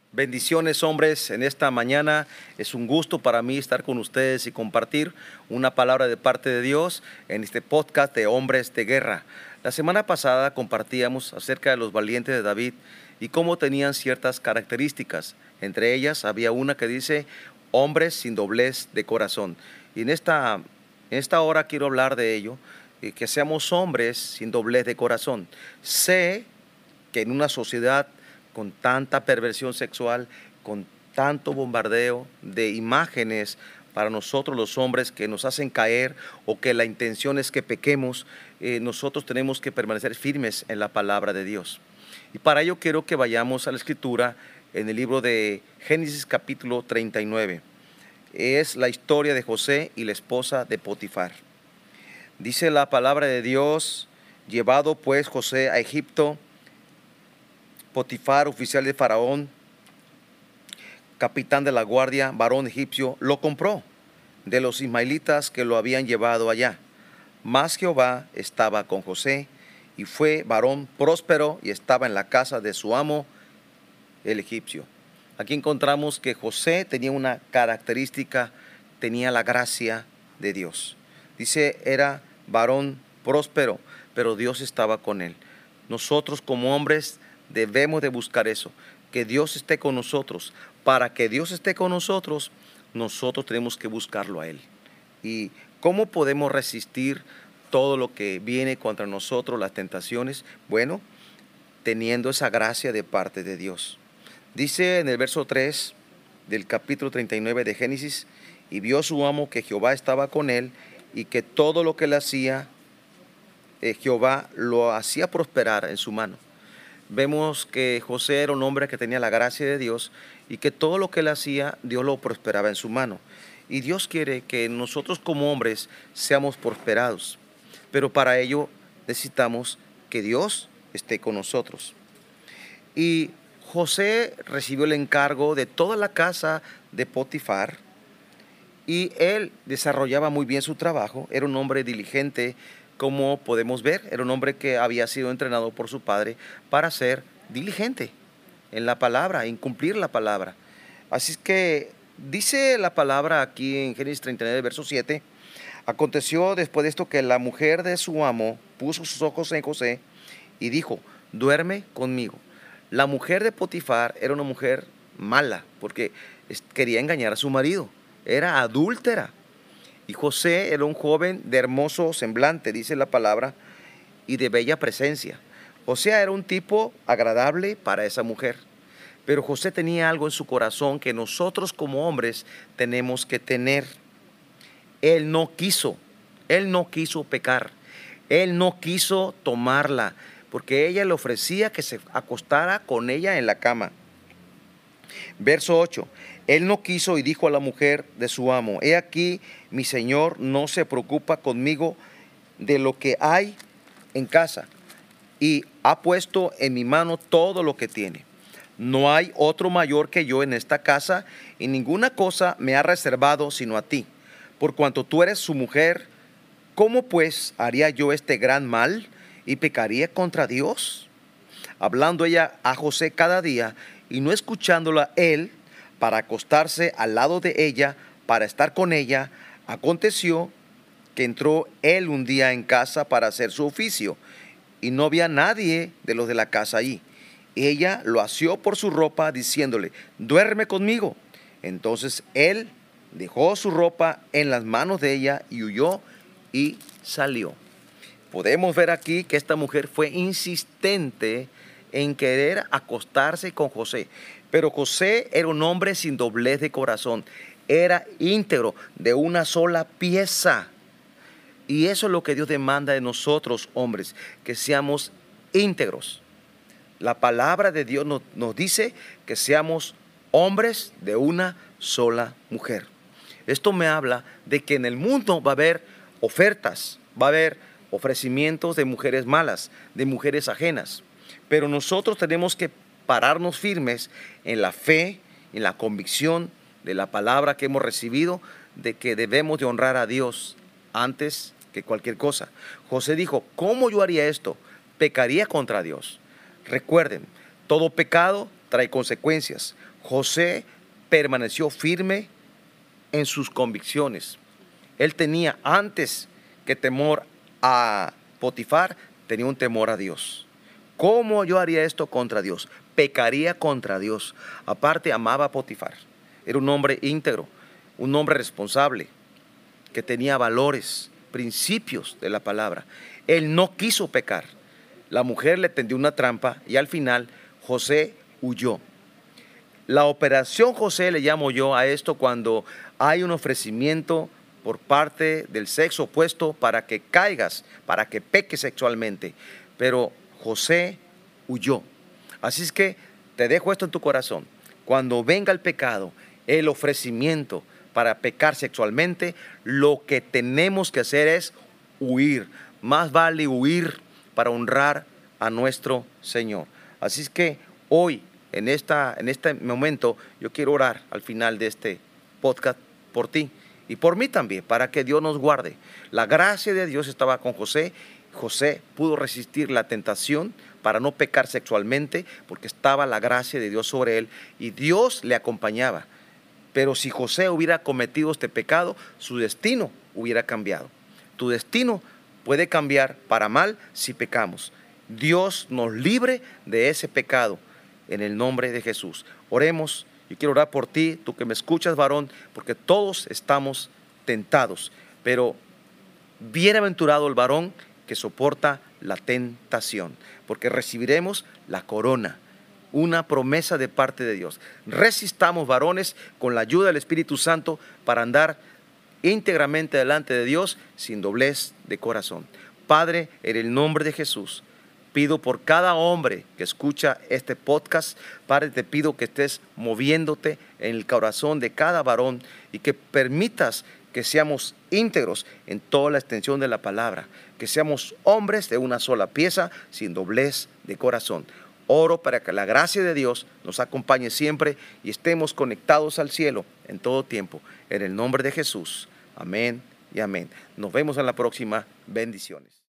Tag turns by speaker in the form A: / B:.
A: Bendiciones, hombres, en esta mañana es un gusto para mí estar con ustedes y compartir una palabra de parte de Dios en este podcast de Hombres de Guerra. La semana pasada compartíamos acerca de los valientes de David y cómo tenían ciertas características. Entre ellas había una que dice hombres sin doblez de corazón. Y en esta hora quiero hablar de ello, que seamos hombres sin doblez de corazón. Sé que en una sociedad con tanta perversión sexual, con tanto bombardeo de imágenes para nosotros los hombres que nos hacen caer o que la intención es que pequemos, nosotros tenemos que permanecer firmes en la palabra de Dios. Y para ello quiero que vayamos a la Escritura en el libro de Génesis capítulo 39. Es la historia de José y la esposa de Potifar. Dice la palabra de Dios: llevado pues José a Egipto, Potifar, oficial de Faraón, capitán de la guardia, varón egipcio, lo compró de los ismaelitas que lo habían llevado allá. Mas Jehová estaba con José, y fue varón próspero, y estaba en la casa de su amo, el egipcio. Aquí encontramos que José tenía una característica, tenía la gracia de Dios. Dice, era varón próspero, pero Dios estaba con él. Nosotros como hombres debemos de buscar eso, que Dios esté con nosotros. Para que Dios esté con nosotros, nosotros tenemos que buscarlo a Él. ¿Y cómo podemos resistir todo lo que viene contra nosotros, las tentaciones? Bueno, teniendo esa gracia de parte de Dios. Dice en el verso 3 del capítulo 39 de Génesis: y vio su amo que Jehová estaba con él, y que todo lo que él hacía, Jehová lo hacía prosperar en su mano. Vemos que José era un hombre que tenía la gracia de Dios y que todo lo que él hacía, Dios lo prosperaba en su mano. Y Dios quiere que nosotros como hombres seamos prosperados, pero para ello necesitamos que Dios esté con nosotros. Y José recibió el encargo de toda la casa de Potifar, y él desarrollaba muy bien su trabajo. Era un hombre diligente, como podemos ver. Era un hombre que había sido entrenado por su padre para ser diligente en la palabra, en cumplir la palabra. Así es que dice la palabra aquí en Génesis 39, verso 7: aconteció después de esto que la mujer de su amo puso sus ojos en José y dijo: duerme conmigo. La mujer de Potifar era una mujer mala, porque quería engañar a su marido. Era adúltera. Y José era un joven de hermoso semblante, dice la palabra, y de bella presencia. O sea, era un tipo agradable para esa mujer. Pero José tenía algo en su corazón que nosotros como hombres tenemos que tener. Él no quiso pecar. Él no quiso tomarla, porque ella le ofrecía que se acostara con ella en la cama. Verso 8: él no quiso y dijo a la mujer de su amo: he aquí, mi señor no se preocupa conmigo de lo que hay en casa, y ha puesto en mi mano todo lo que tiene. No hay otro mayor que yo en esta casa, y ninguna cosa me ha reservado sino a ti. Por cuanto tú eres su mujer, ¿cómo pues haría yo este gran mal y pecaría contra Dios? Hablando ella a José cada día, y no escuchándola él, para acostarse al lado de ella, para estar con ella, aconteció que entró él un día en casa para hacer su oficio, y no había nadie de los de la casa allí. Ella lo asió por su ropa, diciéndole: duerme conmigo. Entonces él dejó su ropa en las manos de ella y huyó y salió. Podemos ver aquí que esta mujer fue insistente en querer acostarse con José. Pero José era un hombre sin doblez de corazón. Era íntegro, de una sola pieza. Y eso es lo que Dios demanda de nosotros, hombres, que seamos íntegros. La palabra de Dios nos dice que seamos hombres de una sola mujer. Esto me habla de que en el mundo va a haber ofertas, va a haber ofrecimientos de mujeres malas, de mujeres ajenas. Pero nosotros tenemos que pararnos firmes en la fe, en la convicción de la palabra que hemos recibido, de que debemos de honrar a Dios antes que cualquier cosa. José dijo: ¿cómo yo haría esto? Pecaría contra Dios. Recuerden, todo pecado trae consecuencias. José permaneció firme en sus convicciones. Él tenía, antes que temor a Potifar, tenía un temor a Dios. ¿Cómo yo haría esto contra Dios? Pecaría contra Dios. Aparte, amaba a Potifar. Era un hombre íntegro, un hombre responsable, que tenía valores, principios de la palabra. Él no quiso pecar. La mujer le tendió una trampa y al final José huyó. La operación José le llamo yo a esto cuando hay un ofrecimiento por parte del sexo opuesto para que caigas, para que peques sexualmente. Pero José huyó. Así es que te dejo esto en tu corazón. Cuando venga el pecado, el ofrecimiento para pecar sexualmente, lo que tenemos que hacer es huir. Más vale huir para honrar a nuestro Señor. Así es que hoy, en este momento, yo quiero orar al final de este podcast por ti y por mí también, para que Dios nos guarde. La gracia de Dios estaba con José. José pudo resistir la tentación para no pecar sexualmente porque estaba la gracia de Dios sobre él y Dios le acompañaba. Pero si José hubiera cometido este pecado, su destino hubiera cambiado. Tu destino puede cambiar para mal si pecamos. Dios nos libre de ese pecado en el nombre de Jesús. Oremos. Yo quiero orar por ti, tú que me escuchas, varón, porque todos estamos tentados. Pero bienaventurado el varón que soporta la tentación, porque recibiremos la corona, una promesa de parte de Dios. Resistamos, varones, con la ayuda del Espíritu Santo para andar íntegramente delante de Dios sin doblez de corazón. Padre, en el nombre de Jesús, pido por cada hombre que escucha este podcast, Padre, te pido que estés moviéndote en el corazón de cada varón y que permitas que seamos íntegros en toda la extensión de la palabra, que seamos hombres de una sola pieza sin doblez de corazón. Oro para que la gracia de Dios nos acompañe siempre y estemos conectados al cielo en todo tiempo. En el nombre de Jesús. Amén y amén. Nos vemos en la próxima. Bendiciones.